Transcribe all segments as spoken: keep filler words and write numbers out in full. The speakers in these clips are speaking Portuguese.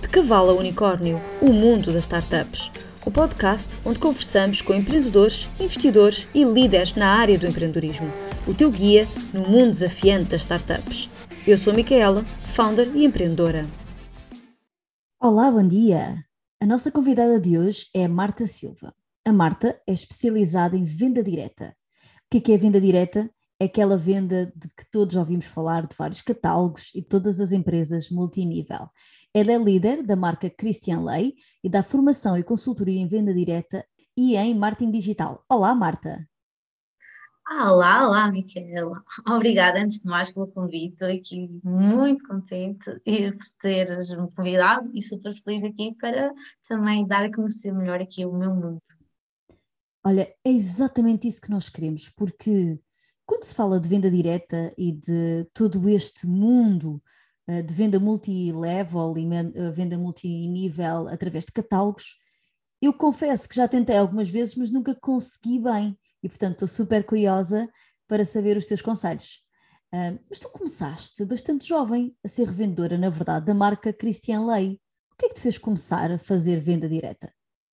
De Cavalo a Unicórnio, o mundo das startups. O podcast onde conversamos com empreendedores, investidores e líderes na área do empreendedorismo. O teu guia no mundo desafiante das startups. Eu sou a Micaela, founder e empreendedora. Olá, bom dia! A nossa convidada de hoje é a Marta Silva. A Marta é especializada em venda direta. O que é, que é venda direta? É aquela venda de que todos ouvimos falar, de vários catálogos e todas as empresas multinível. Ela é líder da marca Christian Ley e dá formação e consultoria em venda direta e em marketing digital. Olá, Marta! Ah, olá, olá, Micaela. Obrigada, antes de mais, pelo convite. Estou aqui muito contente e por teres me convidado e super feliz aqui para também dar a conhecer melhor aqui o meu mundo. Olha, é exatamente isso que nós queremos, porque quando se fala de venda direta e de todo este mundo uh, de venda multilevel e men- uh, venda multinível através de catálogos, eu confesso que já tentei algumas vezes, mas nunca consegui bem. E, portanto, estou super curiosa para saber os teus conselhos. Uh, mas tu começaste bastante jovem a ser revendedora, na verdade, da marca Christian Ley. O que é que te fez começar a fazer venda direta?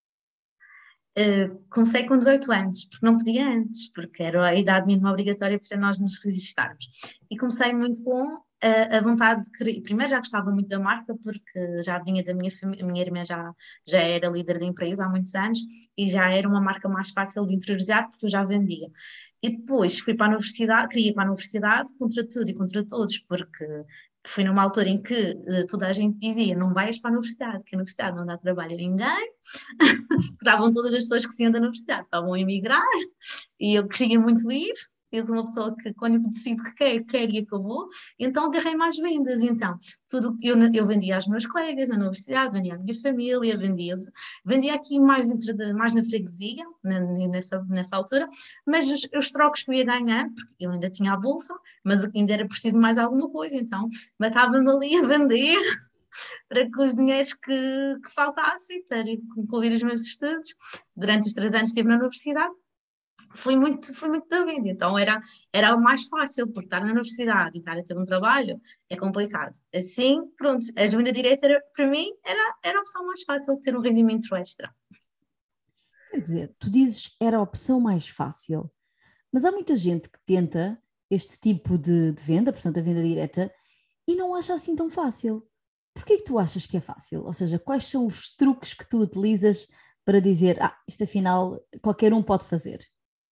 Uh, comecei com dezoito anos, porque não podia antes, porque era a idade mínima obrigatória para nós nos registarmos. E comecei muito com a, a vontade de querer. Primeiro já gostava muito da marca, porque já vinha da minha família, a minha irmã já, já era líder da empresa há muitos anos e já era uma marca mais fácil de interiorizar, porque eu já vendia. E depois fui para a universidade, queria ir para a universidade, contra tudo e contra todos, porque foi numa altura em que uh, toda a gente dizia: não vais para a universidade, que a universidade não dá trabalho a ninguém. Estavam todas as pessoas que saíam da universidade, estavam a emigrar e eu queria muito ir. Eu sou uma pessoa que, quando eu decido que quer, quer e acabou. Então agarrei mais vendas. Então, tudo eu, eu vendia aos meus colegas na universidade, vendia à minha família, vendia, vendia aqui mais, entre, mais na freguesia, na, nessa, nessa altura, mas os, os trocos que eu ia ganhando, porque eu ainda tinha a bolsa, mas ainda era preciso mais alguma coisa, então matava-me ali a vender para que os dinheiros que, que faltassem para concluir os meus estudos. Durante os três anos que estive na universidade, fui muito, fui muito da venda, então era, era o mais fácil, porque estar na universidade e estar a ter um trabalho é complicado. Assim, pronto, a venda direta era, para mim era, era a opção mais fácil de ter um rendimento extra. Quer dizer, tu dizes era a opção mais fácil, mas há muita gente que tenta este tipo de, de venda, portanto a venda direta, e não acha assim tão fácil. Porquê que tu achas que é fácil? Ou seja, quais são os truques que tu utilizas para dizer, ah, isto afinal qualquer um pode fazer?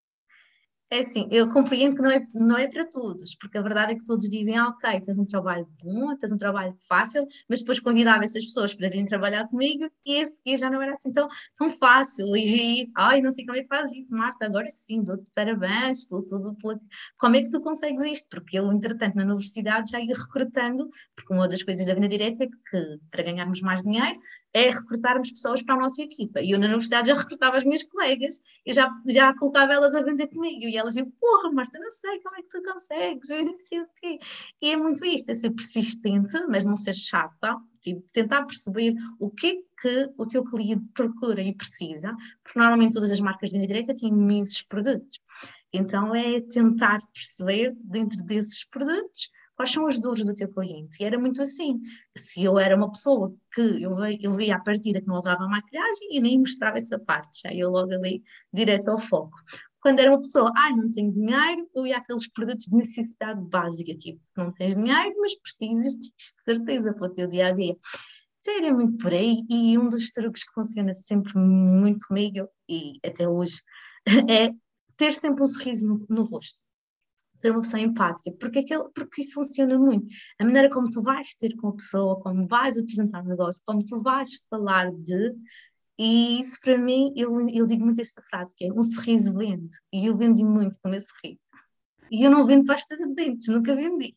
É assim, eu compreendo que não é, não é para todos, porque a verdade é que todos dizem: ah, ok, tens um trabalho bom, tens um trabalho fácil, mas depois convidava essas pessoas para virem trabalhar comigo e a seguir já não era assim tão, tão fácil. E, ai, não sei como é que fazes isso, Marta, agora sim, dou-te parabéns por tudo. Por... Como é que tu consegues isto? Porque eu, entretanto, na universidade já ia recrutando, porque uma das coisas da venda direta é que, para ganharmos mais dinheiro, é recrutarmos pessoas para a nossa equipa. E eu na universidade já recrutava as minhas colegas, eu já, já colocava elas a vender comigo, e elas diziam: porra, Marta, não sei como é que tu consegues, eu não sei o quê. E é muito isto, é ser persistente, mas não ser chata, tipo, tentar perceber o que é que o teu cliente procura e precisa, porque normalmente todas as marcas de venda direta têm imensos produtos. Então é tentar perceber, dentro desses produtos, quais são as dores do teu cliente. E era muito assim. Se eu era uma pessoa que eu, eu via à partida que não usava maquilhagem e nem mostrava essa parte, já eu logo ali direto ao foco. Quando era uma pessoa: ai, ah, não tenho dinheiro, eu ia àqueles produtos de necessidade básica, tipo, não tens dinheiro, mas precisas disto, de certeza, para o teu dia-a-dia. Então era muito por aí, e um dos truques que funciona sempre muito comigo, e até hoje, é ter sempre um sorriso no, no rosto. Ser uma pessoa empática, porque, aquele, porque isso funciona muito. A maneira como tu vais ter com a pessoa, como vais apresentar o negócio, como tu vais falar de... E isso para mim, eu, eu digo muito essa frase, que é: um sorriso vende. E eu vendi muito com esse sorriso. E eu não vendo pasta de dentes, nunca vendi.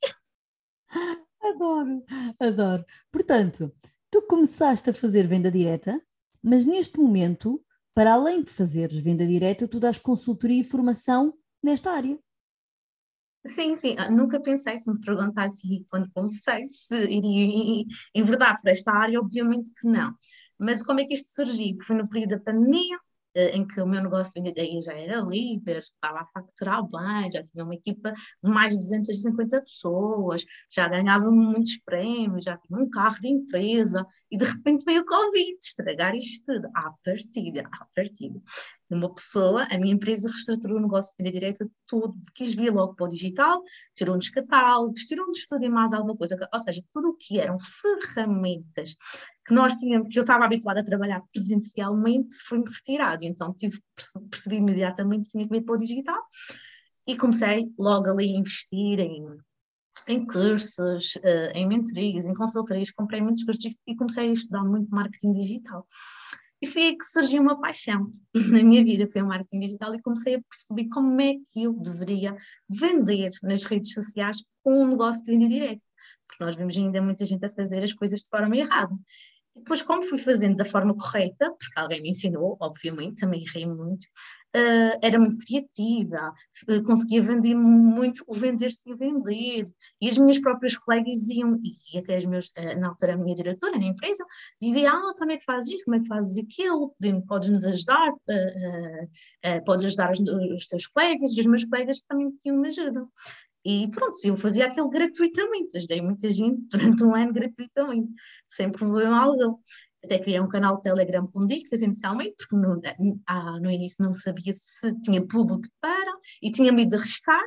Adoro, adoro. Portanto, tu começaste a fazer venda direta, mas neste momento, para além de fazeres venda direta, tu dás consultoria e formação nesta área. Sim, sim, ah, nunca pensei, se me perguntasse quando comecei, se iria enverdar por esta área, obviamente que não. Mas como é que isto surgiu? Foi no período da pandemia, em que o meu negócio de venda aí já era líder, estava a facturar bem, já tinha uma equipa de mais de duzentas e cinquenta pessoas, já ganhava muitos prémios, já tinha um carro de empresa, e de repente veio o Covid, estragar isto tudo, à partida, à partida. Uma pessoa, a minha empresa reestruturou o negócio de venda direta todo, quis vir logo para o digital, tirou-nos catálogos, tirou-nos tudo e mais alguma coisa, ou seja, tudo o que eram ferramentas que nós tínhamos, que eu estava habituada a trabalhar presencialmente, foi-me retirado, então tive, percebi imediatamente que tinha que vir para o digital, e comecei logo ali a investir em, em cursos, em mentorias, em consultorias, comprei muitos cursos e comecei a estudar muito marketing digital. E foi aí que surgiu uma paixão na minha vida, foi o marketing digital, e comecei a perceber como é que eu deveria vender nas redes sociais com um negócio de venda direta, porque nós vemos ainda muita gente a fazer as coisas de forma errada. E depois, como fui fazendo da forma correta, porque alguém me ensinou, obviamente, também errei muito, uh, era muito criativa, uh, conseguia vender muito, o vender-se e vender, e as minhas próprias colegas diziam, e até as meus, uh, na altura a minha diretora na empresa, dizia, ah, como é que fazes isto, como é que fazes aquilo, podes-nos ajudar, uh, uh, uh, podes ajudar os, os teus colegas, e os meus colegas também tinham uma ajuda. E pronto, eu fazia aquilo gratuitamente, ajudei muita gente durante um ano gratuitamente, sem problema algum. Até criei um canal de Telegram com dicas inicialmente, porque no, ah, no início não sabia se tinha público para, e tinha medo de arriscar.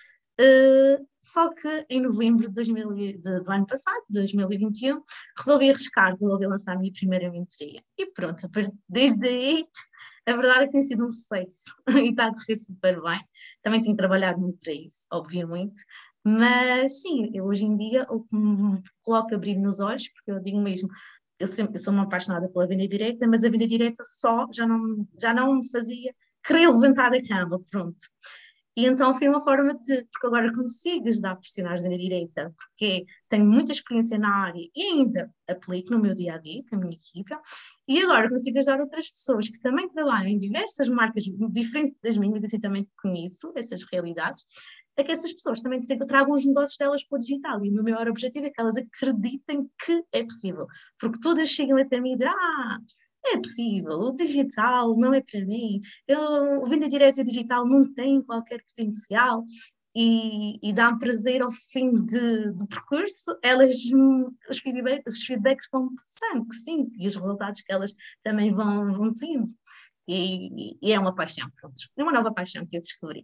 Uh, só que em novembro de dois mil, de, do ano passado, dois mil e vinte e um, resolvi arriscar, resolvi lançar a minha primeira mentoria. E pronto, desde aí, a verdade é que tem sido um sucesso e está a correr super bem. Também tenho trabalhado muito para isso, obviamente, mas sim, eu hoje em dia o que me coloca a abrir nos olhos, porque eu digo mesmo, eu, sempre, eu sou uma apaixonada pela venda direta, mas a venda direta só já não, já não me fazia querer levantar da cama, pronto. E então foi uma forma de, porque agora consigo ajudar profissionais da direita, porque tenho muita experiência na área e ainda aplico no meu dia a dia com a minha equipa, e agora consigo ajudar outras pessoas que também trabalham em diversas marcas diferentes das minhas, e assim também conheço essas realidades, a que essas pessoas também tragam os negócios delas para o digital. E o meu maior objetivo é que elas acreditem que é possível, porque todas chegam até mim e dizem, ah, é possível, o digital não é para mim, eu, o venda direta e digital não tem qualquer potencial, e, e dá-me prazer ao fim de, do percurso, elas, os feedbacks, os feedbacks vão passando, que sim, e os resultados que elas também vão, vão tendo, e, e é uma paixão, pronto, é uma nova paixão que eu descobri.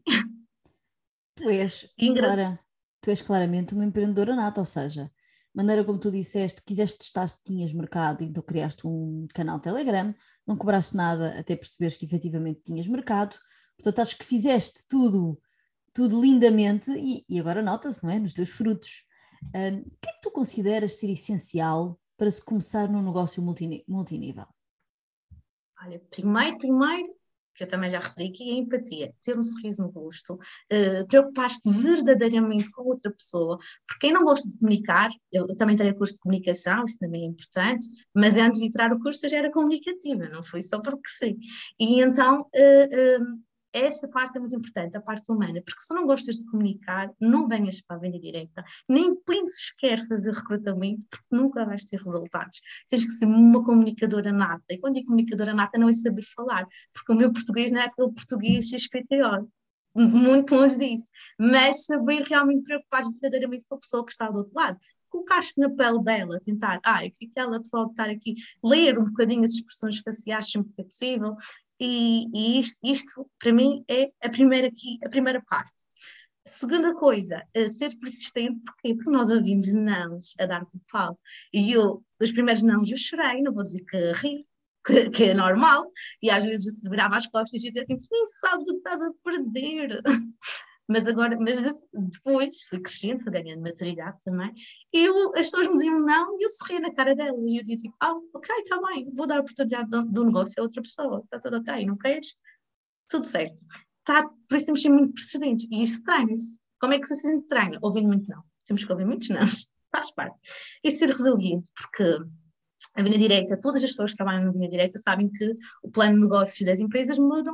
Tu és, Clara, tu és claramente uma empreendedora nata, ou seja, maneira como tu disseste, quiseste testar se tinhas mercado, então criaste um canal Telegram, não cobraste nada até perceberes que efetivamente tinhas mercado, portanto acho que fizeste tudo, tudo lindamente e, e agora nota-se, não é, nos teus frutos. Um, o que é que tu consideras ser essencial para se começar num negócio multini- multinível? Olha, primeiro, primeiro, que eu também já referi aqui, é a empatia, ter um sorriso no rosto, uh, preocupar-te verdadeiramente com outra pessoa, porque quem não gosta de comunicar, eu, eu também terei curso de comunicação, isso também é importante, mas antes de tirar o curso eu já era comunicativa, não foi só porque sei. E então, uh, uh, essa parte é muito importante, a parte humana, porque se não gostas de comunicar, não venhas para a venda direta, nem penses sequer fazer recrutamento, porque nunca vais ter resultados. Tens que ser uma comunicadora nata, e quando digo comunicadora nata não é saber falar, porque o meu português não é aquele português X P T O, muito longe disso, mas saber realmente preocupar verdadeiramente com a pessoa que está do outro lado. Colocaste na pele dela, tentar, ah, o que é que ela pode estar aqui, ler um bocadinho as expressões faciais sempre que é possível, e, e isto, isto para mim é a primeira, aqui, a primeira parte. Segunda coisa, ser persistente, porquê? Porque nós ouvimos nãos a dar com o pau. E eu, dos primeiros nãos, eu chorei, não vou dizer que ri, que, que é normal, e às vezes eu se virava as costas e dizia assim, tu nem sabes o que estás a perder. Mas agora, mas depois fui crescendo, fui ganhando maturidade também, e eu, as pessoas me diziam não, e eu sorria na cara delas, e eu dizia tipo, ah, ok, está bem, vou dar a oportunidade do, do negócio a outra pessoa, está tudo ok, não queres? Tudo certo. Tá, por isso temos que ser muito persistentes, e isso treina-se. Como é que se treina? Ouvindo muito não. Temos que ouvir muitos não, faz parte. E ser resiliente, porque a linha direita, todas as pessoas que trabalham na linha direita sabem que o plano de negócios das empresas mudam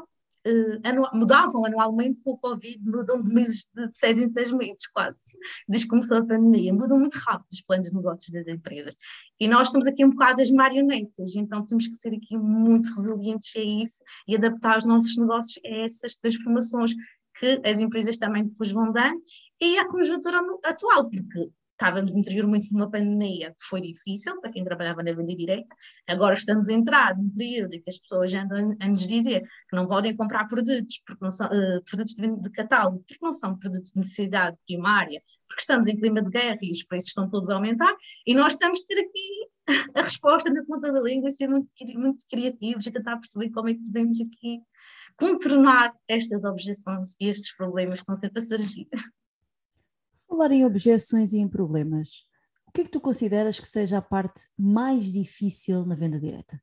uh, anual, mudavam anualmente. Com o Covid, mudam de meses, de seis em seis meses quase, desde que começou a pandemia, mudam muito rápido os planos de negócios das empresas, e nós somos aqui um bocado as marionetas, então temos que ser aqui muito resilientes a isso e adaptar os nossos negócios a essas transformações que as empresas também depois vão dando, e à conjuntura atual, porque estávamos anteriormente numa pandemia que foi difícil para quem trabalhava na venda direta. Agora estamos a entrar num período em que as pessoas andam a nos dizer que não podem comprar produtos, porque não são, uh, produtos de, de catálogo, porque não são produtos de necessidade primária, porque estamos em clima de guerra e os preços estão todos a aumentar, e nós estamos a ter aqui a resposta na ponta da língua, e ser muito, muito criativos e tentar perceber como é que podemos aqui contornar estas objeções e estes problemas que estão sempre a surgir. Falar em objeções e em problemas, o que é que tu consideras que seja a parte mais difícil na venda direta?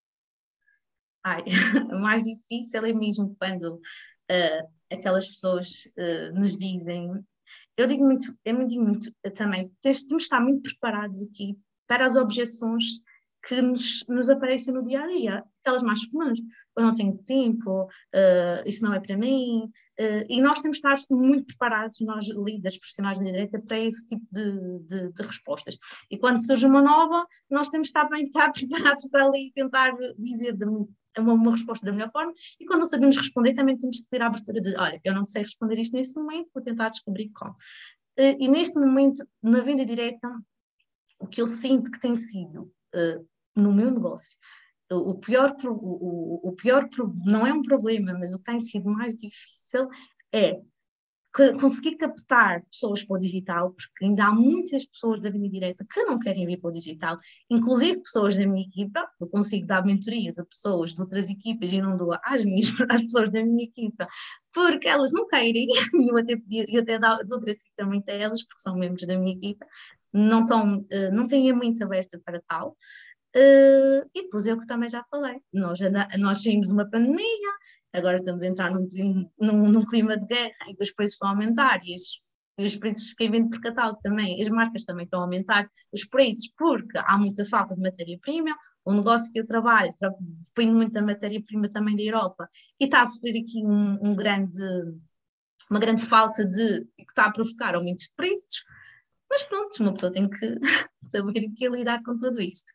Ai, a mais difícil é mesmo quando uh, aquelas pessoas uh, nos dizem, eu digo muito, eu digo muito uh, também, temos de estar muito preparados aqui para as objeções que nos, nos aparecem no dia a dia, aquelas mais comuns. Eu não tenho tempo, uh, isso não é para mim, uh, e nós temos de estar muito preparados, nós líderes profissionais da direita, para esse tipo de, de, de respostas. E quando surge uma nova, nós temos de estar bem estar preparados para ali tentar dizer de, uma, uma resposta da melhor forma, e quando não sabemos responder, também temos que ter a abertura de, olha, eu não sei responder isto nesse momento, vou tentar descobrir como. Uh, e neste momento, na venda direta, o que eu sinto que tem sido, uh, no meu negócio, o pior, o, o, o pior, não é um problema, mas o que tem sido mais difícil é conseguir captar pessoas para o digital, porque ainda há muitas pessoas da venda direta que não querem vir para o digital, inclusive pessoas da minha equipa. Eu consigo dar mentorias a pessoas de outras equipas e não dou às, minhas, às pessoas da minha equipa, porque elas não querem, e eu até, eu até dou gratuitamente a elas, porque são membros da minha equipa, não, estão, não têm a mente aberta para tal. Uh, e depois é o que também já falei, nós, anda, nós saímos de uma pandemia, agora estamos a entrar num, num, num clima de guerra em que os preços estão a aumentar, e, os, e os preços que vendem por catálogo também, as marcas também estão a aumentar os preços, porque há muita falta de matéria-prima. O negócio que eu trabalho depende muito da matéria-prima também da Europa, e está a sofrer aqui um, um grande, uma grande falta de, que está a provocar aumentos de preços, mas pronto, uma pessoa tem que saber que lidar com tudo isto.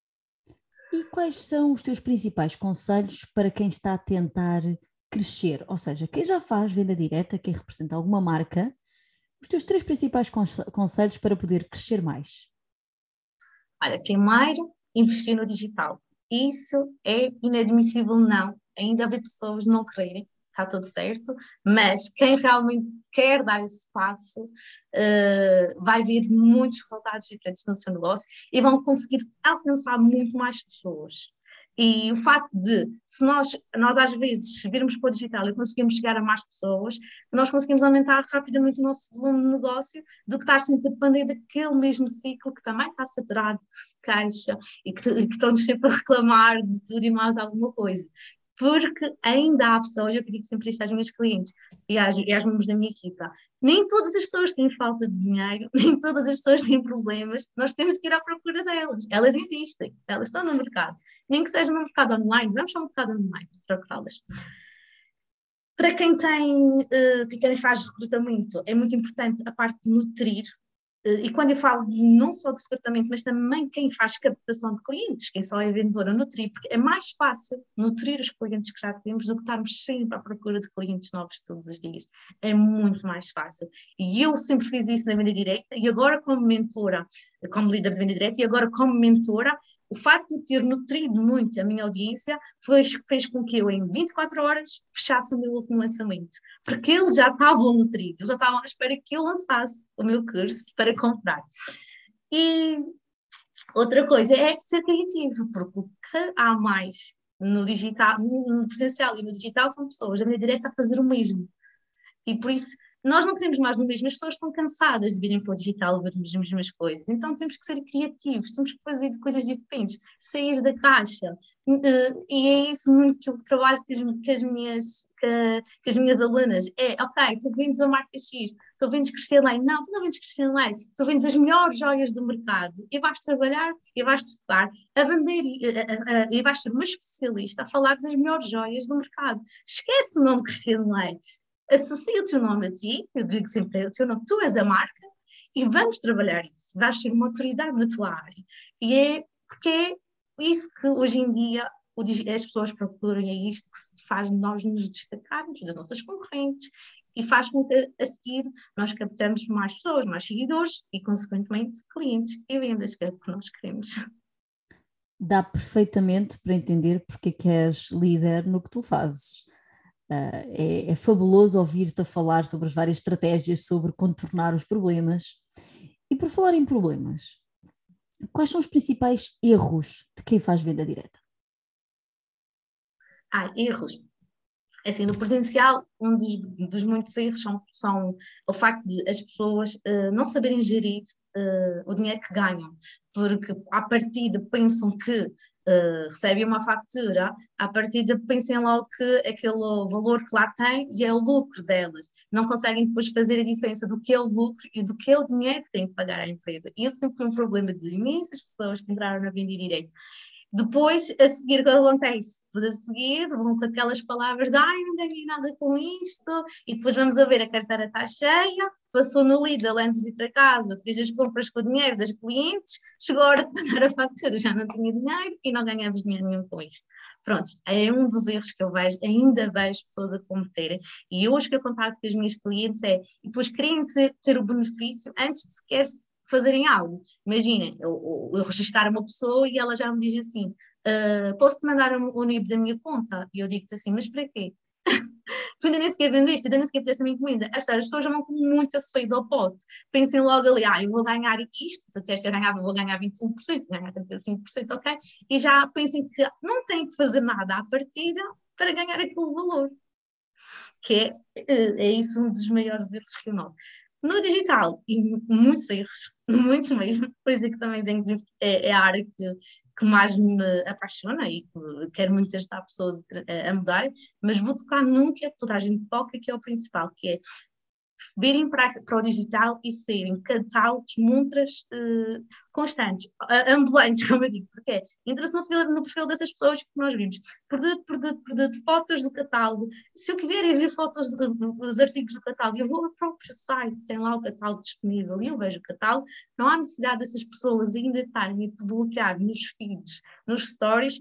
E quais são os teus principais conselhos para quem está a tentar crescer? Ou seja, quem já faz venda direta, quem representa alguma marca, os teus três principais conselhos para poder crescer mais? Olha, primeiro, investir no digital. Isso é inadmissível, não. Ainda haver pessoas não quererem, está tudo certo, mas quem realmente quer dar esse passo uh, vai ver muitos resultados diferentes no seu negócio e vão conseguir alcançar muito mais pessoas. E o facto de, se nós, nós às vezes, se virmos para o digital e conseguimos chegar a mais pessoas, nós conseguimos aumentar rapidamente o nosso volume de negócio, do que estar sempre a depender daquele mesmo ciclo que também está saturado, que se queixa e que, que estão-nos sempre a reclamar de tudo e mais alguma coisa. Porque ainda há pessoas, eu digo sempre isto aos meus clientes e às, e às membros da minha equipa, nem todas as pessoas têm falta de dinheiro, nem todas as pessoas têm problemas, nós temos que ir à procura delas, elas existem, elas estão no mercado, nem que seja no mercado online, vamos ao mercado online procurá-las. Para quem tem, uh, para quem faz recrutamento, é muito importante a parte de nutrir. E quando eu falo não só de recrutamento, mas também quem faz captação de clientes, quem só é vendedor a nutrir, porque é mais fácil nutrir os clientes que já temos do que estarmos sempre à procura de clientes novos todos os dias. É muito mais fácil. E eu sempre fiz isso na venda direta, e agora como mentora, como líder de venda direta, e agora como mentora, o facto de ter nutrido muito a minha audiência fez, fez com que eu, em vinte e quatro horas, fechasse o meu último lançamento. Porque eles já estavam nutridos, já estavam à espera que eu lançasse o meu curso para comprar. E outra coisa é ser criativo, porque o que há mais no digital, no presencial e no digital, são pessoas, a minha direta, a fazer o mesmo. E por isso, nós não queremos mais do mesmo, as pessoas estão cansadas de virem para o digital ver as mesmas coisas, então temos que ser criativos, temos que fazer coisas diferentes, sair da caixa, e é isso muito que eu trabalho com as, com as minhas, com, com as minhas alunas, é, ok, tu vendes a marca X, tu vendes Cristian Lane, não, tu não vendes Cristian Lane, tu vendes as melhores joias do mercado, e vais trabalhar, e vais-te focar a vender, e, a, a, e vais ser uma especialista a falar das melhores joias do mercado, esquece o nome Cristian Lane, associa o teu nome a ti, eu digo sempre o teu nome, tu és a marca, e vamos trabalhar isso, vais ser uma autoridade na tua área. E é porque é isso que hoje em dia as pessoas procuram, e é isto que faz nós nos destacarmos das nossas concorrentes, e faz com que a seguir nós captamos mais pessoas, mais seguidores, e consequentemente clientes e vendas, que é o que nós queremos. Dá perfeitamente para entender porque é que és líder no que tu fazes. Uh, é, é fabuloso ouvir-te a falar sobre as várias estratégias, sobre contornar os problemas. E por falar em problemas, quais são os principais erros de quem faz venda direta? Ah, erros. Assim, no presencial, um dos, dos muitos erros são, são o facto de as pessoas uh, não saberem gerir uh, o dinheiro que ganham, porque à partida pensam que Uh, recebem uma fatura, à partida pensem logo que aquele valor que lá tem já é o lucro delas. Não conseguem depois fazer a diferença do que é o lucro e do que é o dinheiro que têm que pagar à empresa. E esse sempre foi um problema de imensas pessoas que entraram na venda direta. Depois, a seguir, o que acontece? Depois, a seguir, vão com aquelas palavras de ai, não ganhei nada com isto, e depois vamos a ver, a carteira está cheia, passou no Lidl antes de ir para casa, fez as compras com o dinheiro das clientes, chegou a hora de pagar a fatura, já não tinha dinheiro e não ganhamos dinheiro nenhum com isto. Pronto, é um dos erros que eu vejo, ainda vejo pessoas a cometerem, e hoje que eu contato com as minhas clientes é, e depois querem ter, ter o benefício antes de sequer fazerem algo. Imaginem, eu, eu, eu registrar uma pessoa e ela já me diz assim, uh, posso-te mandar o, o N I B da minha conta? E eu digo-te assim, mas para quê? Tu ainda nem sequer vendeste, ainda nem sequer fizeste a minha encomenda. As pessoas já vão com muita saída ao pote. Pensem logo ali, ah, eu vou ganhar isto, se eu ganhava, vou ganhar vinte e cinco por cento, ganhar trinta e cinco por cento, ok? E já pensem que não têm que fazer nada à partida para ganhar aquele valor. Que é, é isso um dos maiores erros que eu noto. No digital, e muitos erros, muitos mesmo, por isso é que também tenho, é, é a área que, que mais me apaixona e que quero muito ajudar pessoas a, a mudar, mas vou tocar num que é que toda a gente toca, que é o principal, que é virem para, para o digital e saírem catálogos, montras uh, constantes, uh, ambulantes, como eu digo, porque entra-se no perfil, no perfil dessas pessoas que nós vimos, produto, produto, produto, fotos do catálogo. Se eu quiser ir ver fotos de, dos artigos do catálogo, eu vou ao próprio site, tem lá o catálogo disponível e eu vejo o catálogo, não há necessidade dessas pessoas ainda estarem a publicar nos feeds, nos stories,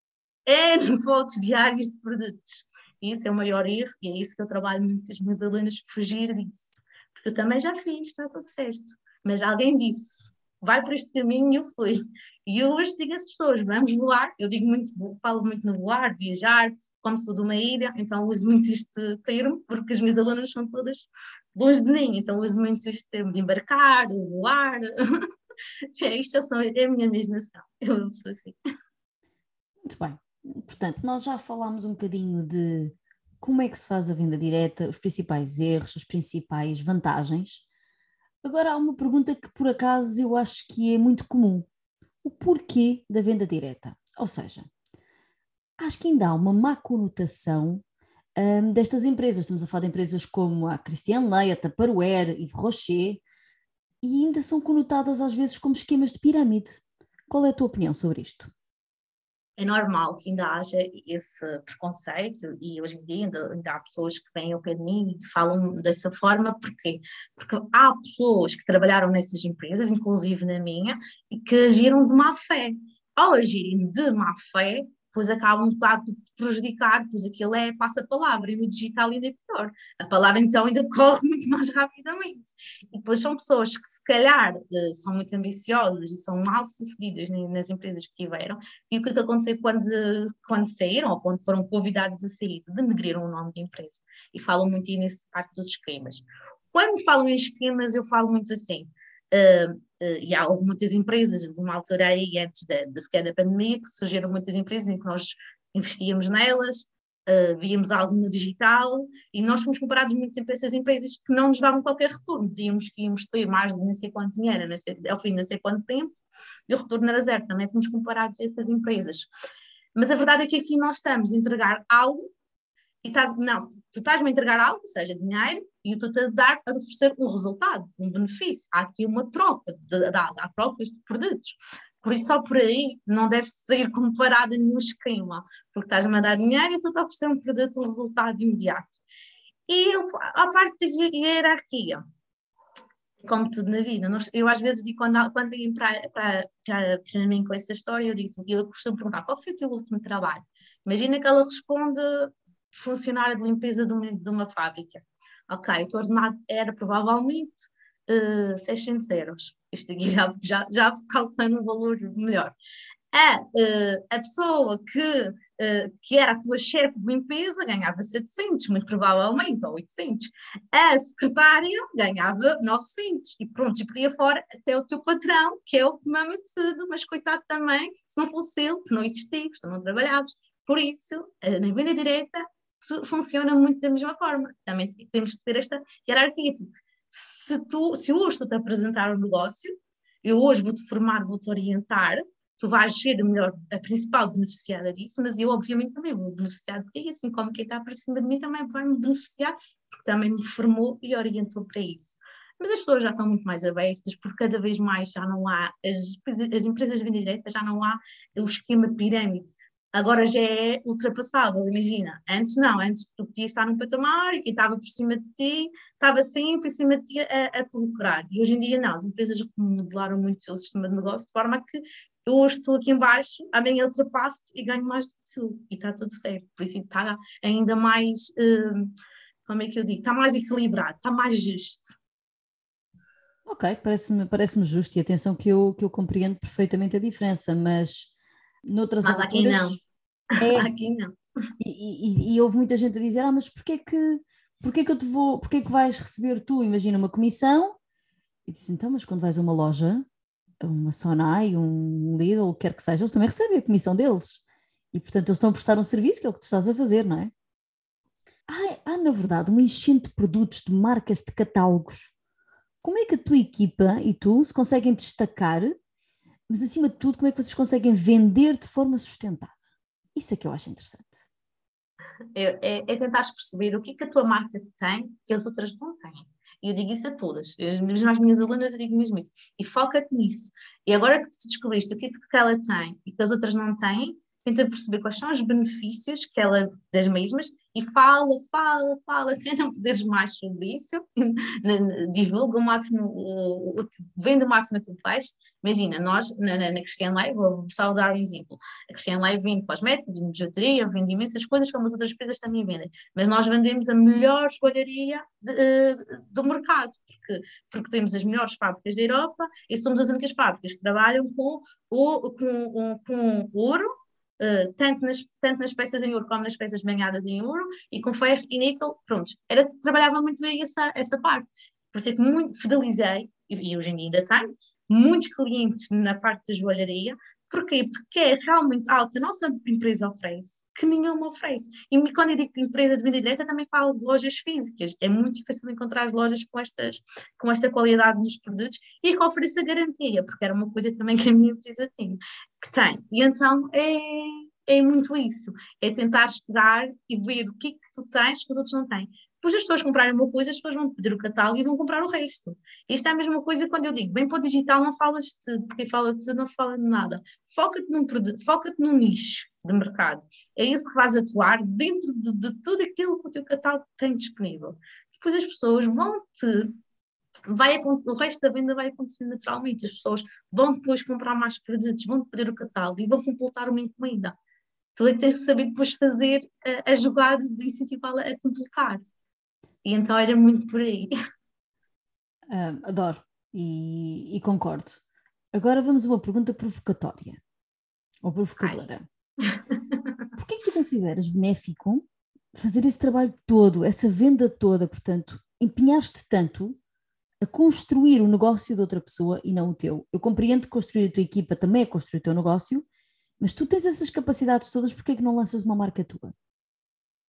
é fotos diárias de produtos. Isso é o maior erro e é isso que eu trabalho muito com as minhas alunas, fugir disso. Porque eu também já fiz, está tudo certo. Mas alguém disse, vai por este caminho e eu fui. E eu hoje digo às pessoas, vamos voar. Eu digo muito, falo muito no voar, viajar, como sou de uma ilha, então uso muito este termo, porque as minhas alunas são todas longe de mim, então uso muito este termo de embarcar, voar. É, isto é a minha imaginação. Eu sou assim. Muito bem. Portanto, nós já falámos um bocadinho de como é que se faz a venda direta, os principais erros, as principais vantagens. Agora há uma pergunta que por acaso eu acho que é muito comum. O porquê da venda direta? Ou seja, acho que ainda há uma má conotação hum, destas empresas. Estamos a falar de empresas como a Christian Ley, a Tupperware, Yves Rocher, e ainda são conotadas às vezes como esquemas de pirâmide. Qual é a tua opinião sobre isto? É normal que ainda haja esse preconceito e hoje em dia ainda, ainda há pessoas que vêm ao pé de mim e falam dessa forma, porquê? Porque há pessoas que trabalharam nessas empresas, inclusive na minha, e que agiram de má fé. Ao agirem de má fé, depois acabam um bocado de prejudicar, pois aquilo é passa-palavra, e no digital ainda é pior. A palavra então ainda corre muito mais rapidamente. E depois são pessoas que se calhar são muito ambiciosas e são mal sucedidas nas empresas que tiveram, e o que é que aconteceu quando, quando saíram, ou quando foram convidados a sair, denegriram o nome da empresa. E falam muito aí nesse parte dos esquemas. Quando falam em esquemas, eu falo muito assim, Uh, uh, e há, houve muitas empresas, houve uma altura aí antes da, da sequer da pandemia, que surgiram muitas empresas em que nós investíamos nelas, Uh, víamos algo no digital e nós fomos comparados muito tempo a essas empresas que não nos davam qualquer retorno. Dizíamos que íamos ter mais de não sei quanto dinheiro ao fim de não sei quanto tempo e o retorno era zero. Também fomos comparados a essas empresas. Mas a verdade é que aqui nós estamos a entregar algo e estás, não, tu estás-me a entregar algo, ou seja, dinheiro, e eu estou-te a dar, a oferecer um resultado, um benefício. Há aqui uma troca, de, de, de, há trocas de produtos. Por isso, só por aí, não deve ser comparado a nenhum esquema, porque estás-me a dar dinheiro e estou-te a oferecer um produto, um resultado imediato. E eu, a parte da hierarquia, como tudo na vida, nós, eu às vezes digo, quando, quando vêm para, para, para, para mim com essa história, eu digo assim, eu costumo perguntar, qual foi o teu último trabalho? Imagina que ela responde, funcionária de limpeza de uma, de uma fábrica. Ok, o teu ordenado era provavelmente uh, seiscentos euros. Isto aqui já, já, já calculando um valor melhor. A, uh, a pessoa que, uh, que era a tua chefe de limpeza ganhava setecentos, muito provavelmente, ou oitocentos. A secretária ganhava novecentos. E pronto, e por aí fora, até o teu patrão, que é o que mama tudo, mas coitado também, se não fosse ele, que não existia, que tu não trabalhavas. Por isso, uh, na venda direta, funciona muito da mesma forma. Também temos de ter esta hierarquia, porque se, tu, se eu hoje estou-te a apresentar um negócio, eu hoje vou-te formar, vou-te orientar, tu vais ser a, melhor, a principal beneficiária disso, mas eu obviamente também vou beneficiar de ti, assim como quem está para cima de mim também vai me beneficiar, porque também me formou e orientou para isso. Mas as pessoas já estão muito mais abertas, porque cada vez mais já não há, as, as empresas de venda direta já não há o esquema pirâmide. Agora já é ultrapassável, imagina. Antes não, antes tu podias estar num patamar e quem estava por cima de ti estava sempre em cima de ti a, a te lucrar. E hoje em dia não, as empresas remodelaram muito o seu sistema de negócio de forma que eu hoje estou aqui em baixo, amanhã ultrapasso e ganho mais do que tu. E está tudo certo. Por isso está ainda mais, uh, como é que eu digo, está mais equilibrado, está mais justo. Ok, parece-me parece-me justo e atenção que eu, que eu compreendo perfeitamente a diferença, mas noutras mas alturas... aqui não. É, aqui não. E, e, e houve muita gente a dizer, ah, mas porquê que, porquê que eu te vou, porquê que vais receber tu, imagina, uma comissão? E disse, então, mas quando vais a uma loja, uma Sonai, um Lidl, o que quer que seja, eles também recebem a comissão deles. E, portanto, eles estão a prestar um serviço, que é o que tu estás a fazer, não é? Há, há na verdade, uma enchente de produtos, de marcas, de catálogos. Como é que a tua equipa e tu se conseguem destacar, mas, acima de tudo, como é que vocês conseguem vender de forma sustentável? Isso é que eu acho interessante. É, é, é tentar perceber o que é que a tua marca tem que as outras não têm. E eu digo isso a todas. Mesmo às minhas alunas eu digo mesmo isso. E foca-te nisso. E agora que tu descobriste o que é que ela tem e que as outras não têm, tenta perceber quais são os benefícios que ela, das mesmas, e fala, fala, fala, até não poderes mais sobre isso, divulga o máximo, vende o máximo que tu faz. Imagina, nós na, na, na Christian Live, vou só dar um exemplo, a Christian Live vende cosméticos, vende bijuteria, vende imensas coisas, como as outras empresas também vendem, mas nós vendemos a melhor joalharia do mercado, porque, porque temos as melhores fábricas da Europa e somos as únicas fábricas que trabalham com, o, com, com ouro, Uh, tanto, nas, tanto nas peças em ouro como nas peças banhadas em ouro e com ferro e níquel, pronto, era, trabalhava muito bem essa, essa parte, por isso é que muito fidelizei, e, e hoje em dia ainda tenho, muitos clientes na parte da joalharia. Porquê? Porque é realmente algo que a nossa empresa oferece, que nenhuma oferece. E quando eu digo empresa de venda direta, também falo de lojas físicas. É muito difícil encontrar lojas com, estas, com esta qualidade nos produtos e que ofereça garantia, porque era uma coisa também que a minha empresa tinha, que tem. E então é, é muito isso. É tentar estudar e ver o que é que tu tens que os outros não têm. Depois as pessoas comprarem uma coisa, as pessoas vão pedir o catálogo e vão comprar o resto. Isto é a mesma coisa quando eu digo, bem para o digital não falas de tudo, porque fala de tudo não fala de nada. Foca-te num, foca-te num nicho de mercado. É isso que vais atuar dentro de, de tudo aquilo que o teu catálogo tem disponível. Depois as pessoas vão-te... Vai, o resto da venda vai acontecer naturalmente. As pessoas vão depois comprar mais produtos, vão pedir o catálogo e vão completar uma encomenda. Tu é que tens que saber depois fazer a, a jogada de incentivá-la a completar. E então era muito por aí. Um, adoro e, e concordo. Agora vamos a uma pergunta provocatória ou provocadora. Porquê é que tu consideras benéfico fazer esse trabalho todo, essa venda toda, portanto, empenhaste tanto a construir o negócio de outra pessoa e não o teu? Eu compreendo que construir a tua equipa também é construir o teu negócio, mas tu tens essas capacidades todas, porquê é que não lanças uma marca tua?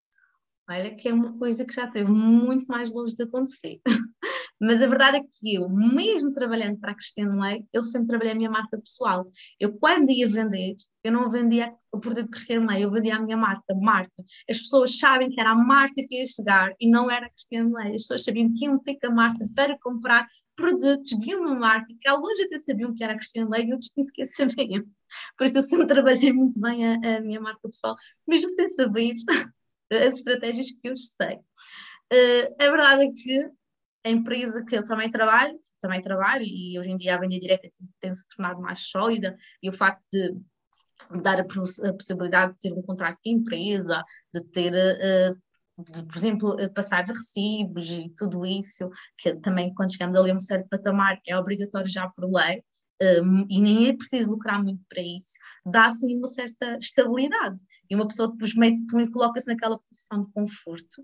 Olha, que é uma coisa que já esteve muito mais longe de acontecer. Mas a verdade é que eu, mesmo trabalhando para a Cristiano Lei, eu sempre trabalhei a minha marca pessoal. Eu, quando ia vender, eu não vendia o produto Cristiano Lei, eu vendia a minha marca, Marta. As pessoas sabem que era a Marta que ia chegar e não era a Cristiano Lei. As pessoas sabiam que iam ter com a Marta para comprar produtos de uma marca que alguns até sabiam que era a Cristiano Lei e outros nem sequer sabiam. Por isso eu sempre trabalhei muito bem a, a minha marca pessoal, mesmo sem saber as estratégias que eu sei. Uh, a verdade é que a empresa que eu também trabalho, também trabalho e hoje em dia a venda direta tem se tornado mais sólida e o facto de dar a, a possibilidade de ter um contrato com a empresa, de ter, uh, de, por exemplo, passar de recibos e tudo isso, que também quando chegamos ali a um certo patamar é obrigatório já por lei, um, e nem é preciso lucrar muito para isso, dá assim uma certa estabilidade e uma pessoa depois coloca-se naquela posição de conforto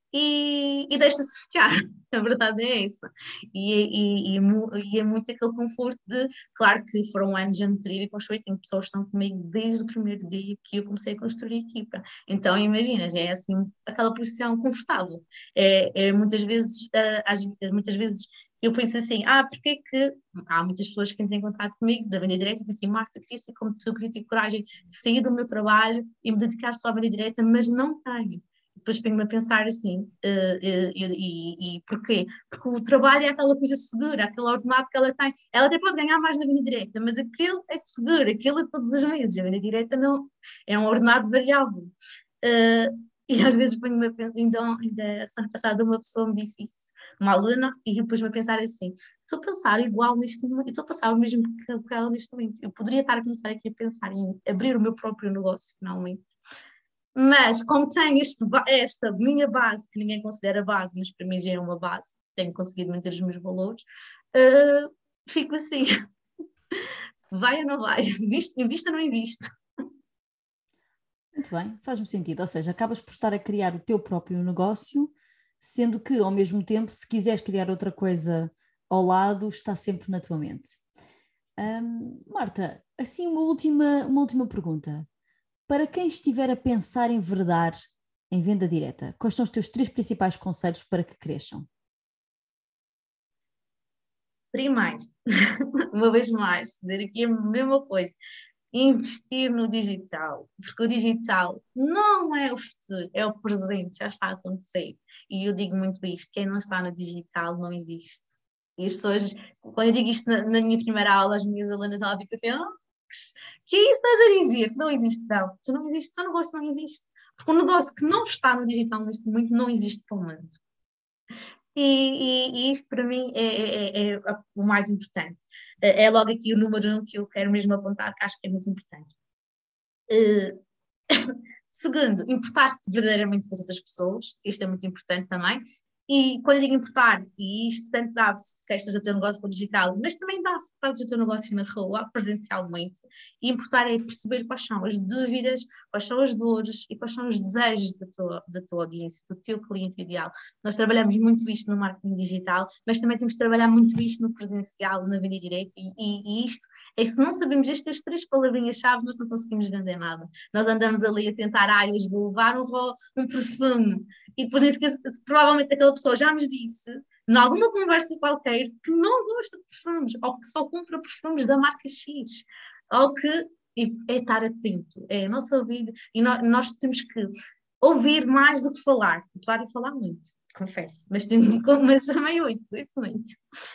e, e deixa-se ficar, a verdade é essa. E, e, e, e é muito aquele conforto de, claro que foram anos a nutrir e construir, tem pessoas que estão comigo desde o primeiro dia que eu comecei a construir a equipa. Então, imagina, já é assim, aquela posição confortável. É, é muitas vezes, uh, às, muitas vezes eu penso assim, ah, porque é que há muitas pessoas que entram em contato comigo da venda direta e dizem assim, Marta, queria ser como tu, queria ter coragem de sair do meu trabalho e me dedicar só à venda direta, mas não tenho. Depois venho-me a pensar assim, uh, uh, e, e, e porquê? Porque o trabalho é aquela coisa segura, aquele ordenado que ela tem. Ela até pode ganhar mais na venda direta, mas aquele é seguro, aquele é todos os meses. A venda direta não, é um ordenado variável. Uh, e às vezes venho-me a pensar, então, ainda a semana passada uma pessoa me disse isso, uma aluna, e depois me a pensar assim, estou a pensar igual neste momento, estou a passar o mesmo que, que ela neste momento. Eu poderia estar a começar aqui a pensar em abrir o meu próprio negócio, finalmente. Mas, como tenho este, esta minha base, que ninguém considera base, mas para mim já é uma base, tenho conseguido manter os meus valores, uh, fico assim, vai ou não vai? Invisto, invisto ou não invisto? Muito bem, faz-me sentido, ou seja, acabas por estar a criar o teu próprio negócio, sendo que, ao mesmo tempo, se quiseres criar outra coisa ao lado, está sempre na tua mente. Um, Marta, assim uma última, uma última pergunta. Para quem estiver a pensar em enveredar em venda direta, quais são os teus três principais conselhos para que cresçam? Primeiro, uma vez mais, dizer aqui a mesma coisa, investir no digital, porque o digital não é o futuro, é o presente, já está a acontecer. E eu digo muito isto, quem não está no digital não existe. E as pessoas, quando eu digo isto na, na minha primeira aula, as minhas alunas, ela fica assim, oh, que é isso que estás a dizer? Que não existe, não. Tu não existe, o teu negócio não existe. Porque um negócio que não está no digital neste momento não existe para o mundo. E, e, e isto para mim é, é, é, é o mais importante. É, é logo aqui o número um que eu quero mesmo apontar, que acho que é muito importante. Uh, Segundo, importar-se verdadeiramente com as outras pessoas, isto é muito importante também. E quando eu digo importar, e isto tanto dá-se que esteja o teu negócio para o digital, mas também dá-se que fazes o teu negócio na rua, presencialmente, e importar é perceber quais são as dúvidas, quais são as dores e quais são os desejos da tua, da tua audiência, do teu cliente ideal. Nós trabalhamos muito isto no marketing digital, mas também temos de trabalhar muito isto no presencial, na venda direta, e, e, e isto é, se não sabemos estas três palavrinhas-chave, nós não conseguimos vender nada. Nós andamos ali a tentar, ah, hoje vou levar um, um perfume, e depois nem sequer, provavelmente aquela pessoa já nos disse, em alguma conversa qualquer, que não gosta de perfumes, ou que só compra perfumes da marca X, ou que é estar atento, é não se ouvir, e nós, nós temos que ouvir mais do que falar, apesar de falar muito, confesso, mas, tenho, mas também ouço, isso muito.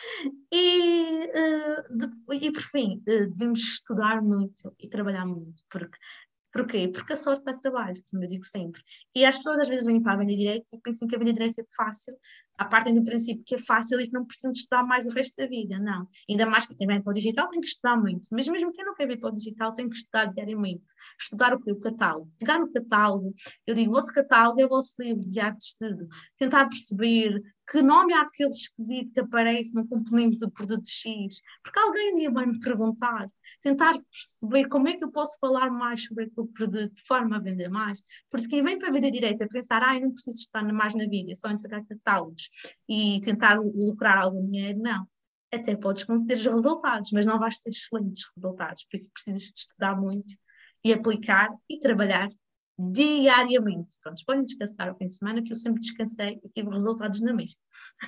E, uh, de, e por fim, uh, devemos estudar muito e trabalhar muito, porque Porquê? Porque a sorte dá trabalho, como eu digo sempre. E as pessoas às vezes vêm para a venda direta e pensam que a venda direta é fácil, a partem do princípio que é fácil e que não precisam de estudar mais o resto da vida, não. Ainda mais que quem vem para o digital tem que estudar muito, mas mesmo quem não quer vir para o digital tem que estudar diariamente. Estudar o quê? O catálogo. Pegar no catálogo, eu digo, o vosso catálogo é o vosso livro de arte de estudo. Tentar perceber que nome é aquele esquisito que aparece no componente do produto X, porque alguém um dia vai me perguntar. Tentar perceber como é que eu posso falar mais sobre aquele produto de forma a vender mais. Porque quem vem para a venda direta pensar, ah, eu não preciso estar mais na vida, é só entregar catálogos e tentar lucrar algum dinheiro, não. Até podes ter os resultados, mas não vais ter excelentes resultados. Por isso precisas de estudar muito e aplicar e trabalhar diariamente. Pronto, podem descansar ao fim de semana, que eu sempre descansei e tive resultados na mesma.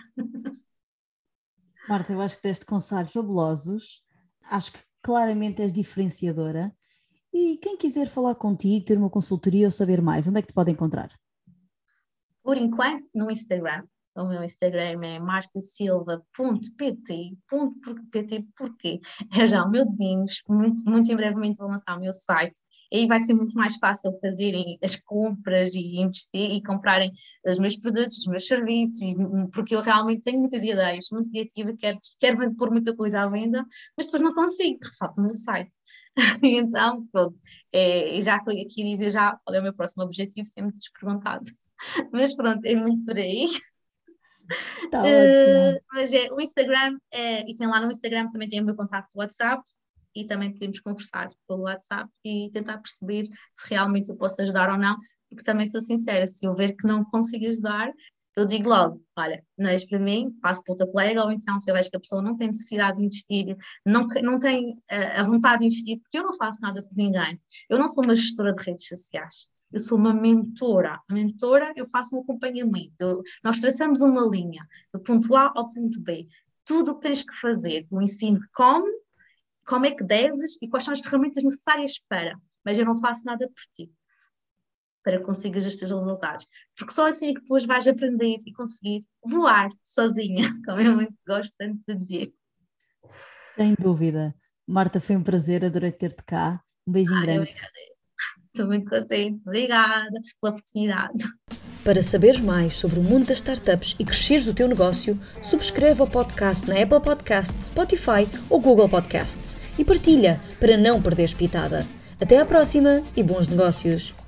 Marta, eu acho que deste conselhos fabulosos, acho que claramente és diferenciadora e quem quiser falar contigo, ter uma consultoria ou saber mais, onde é que te pode encontrar? Por enquanto, no Instagram. O meu Instagram é martasilva ponto pt. .pt porquê? É já o meu domínio, muito, muito em brevemente vou lançar o meu site. Aí vai ser muito mais fácil fazerem as compras e investir e comprarem os meus produtos, os meus serviços, porque eu realmente tenho muitas ideias, sou muito criativa, quero, quero pôr muita coisa à venda, mas depois não consigo, falta o meu site. Então, pronto, é, já aqui dizer já qual é o meu próximo objetivo, sem me teres perguntado. Mas pronto, é muito por aí. Está Uh, ótimo. mas é o Instagram, é, e tem lá no Instagram também tem o meu contacto do WhatsApp e também podemos conversar pelo WhatsApp e tentar perceber se realmente eu posso ajudar ou não, porque também sou sincera, se eu ver que não consigo ajudar, eu digo logo, olha, não és para mim, passo para outra colega, ou então se eu vejo que a pessoa não tem necessidade de investir, não, não tem uh, a vontade de investir, porque eu não faço nada por ninguém, eu não sou uma gestora de redes sociais. Eu sou uma mentora. A mentora, eu faço um acompanhamento. Eu, nós traçamos uma linha, do ponto A ao ponto B. Tudo o que tens que fazer. Eu ensino como, como é que deves e quais são as ferramentas necessárias para. Mas eu não faço nada por ti, para que consigas estes resultados. Porque só assim é que depois vais aprender e conseguir voar sozinha, como eu muito gosto tanto de dizer. Sem dúvida. Marta, foi um prazer, adorei ter-te cá. Um beijinho Ah, grande. Estou muito contente. Obrigada pela oportunidade. Para saberes mais sobre o mundo das startups e cresceres o teu negócio, subscreve o podcast na Apple Podcasts, Spotify ou Google Podcasts e partilha para não perderes pitada. Até à próxima e bons negócios!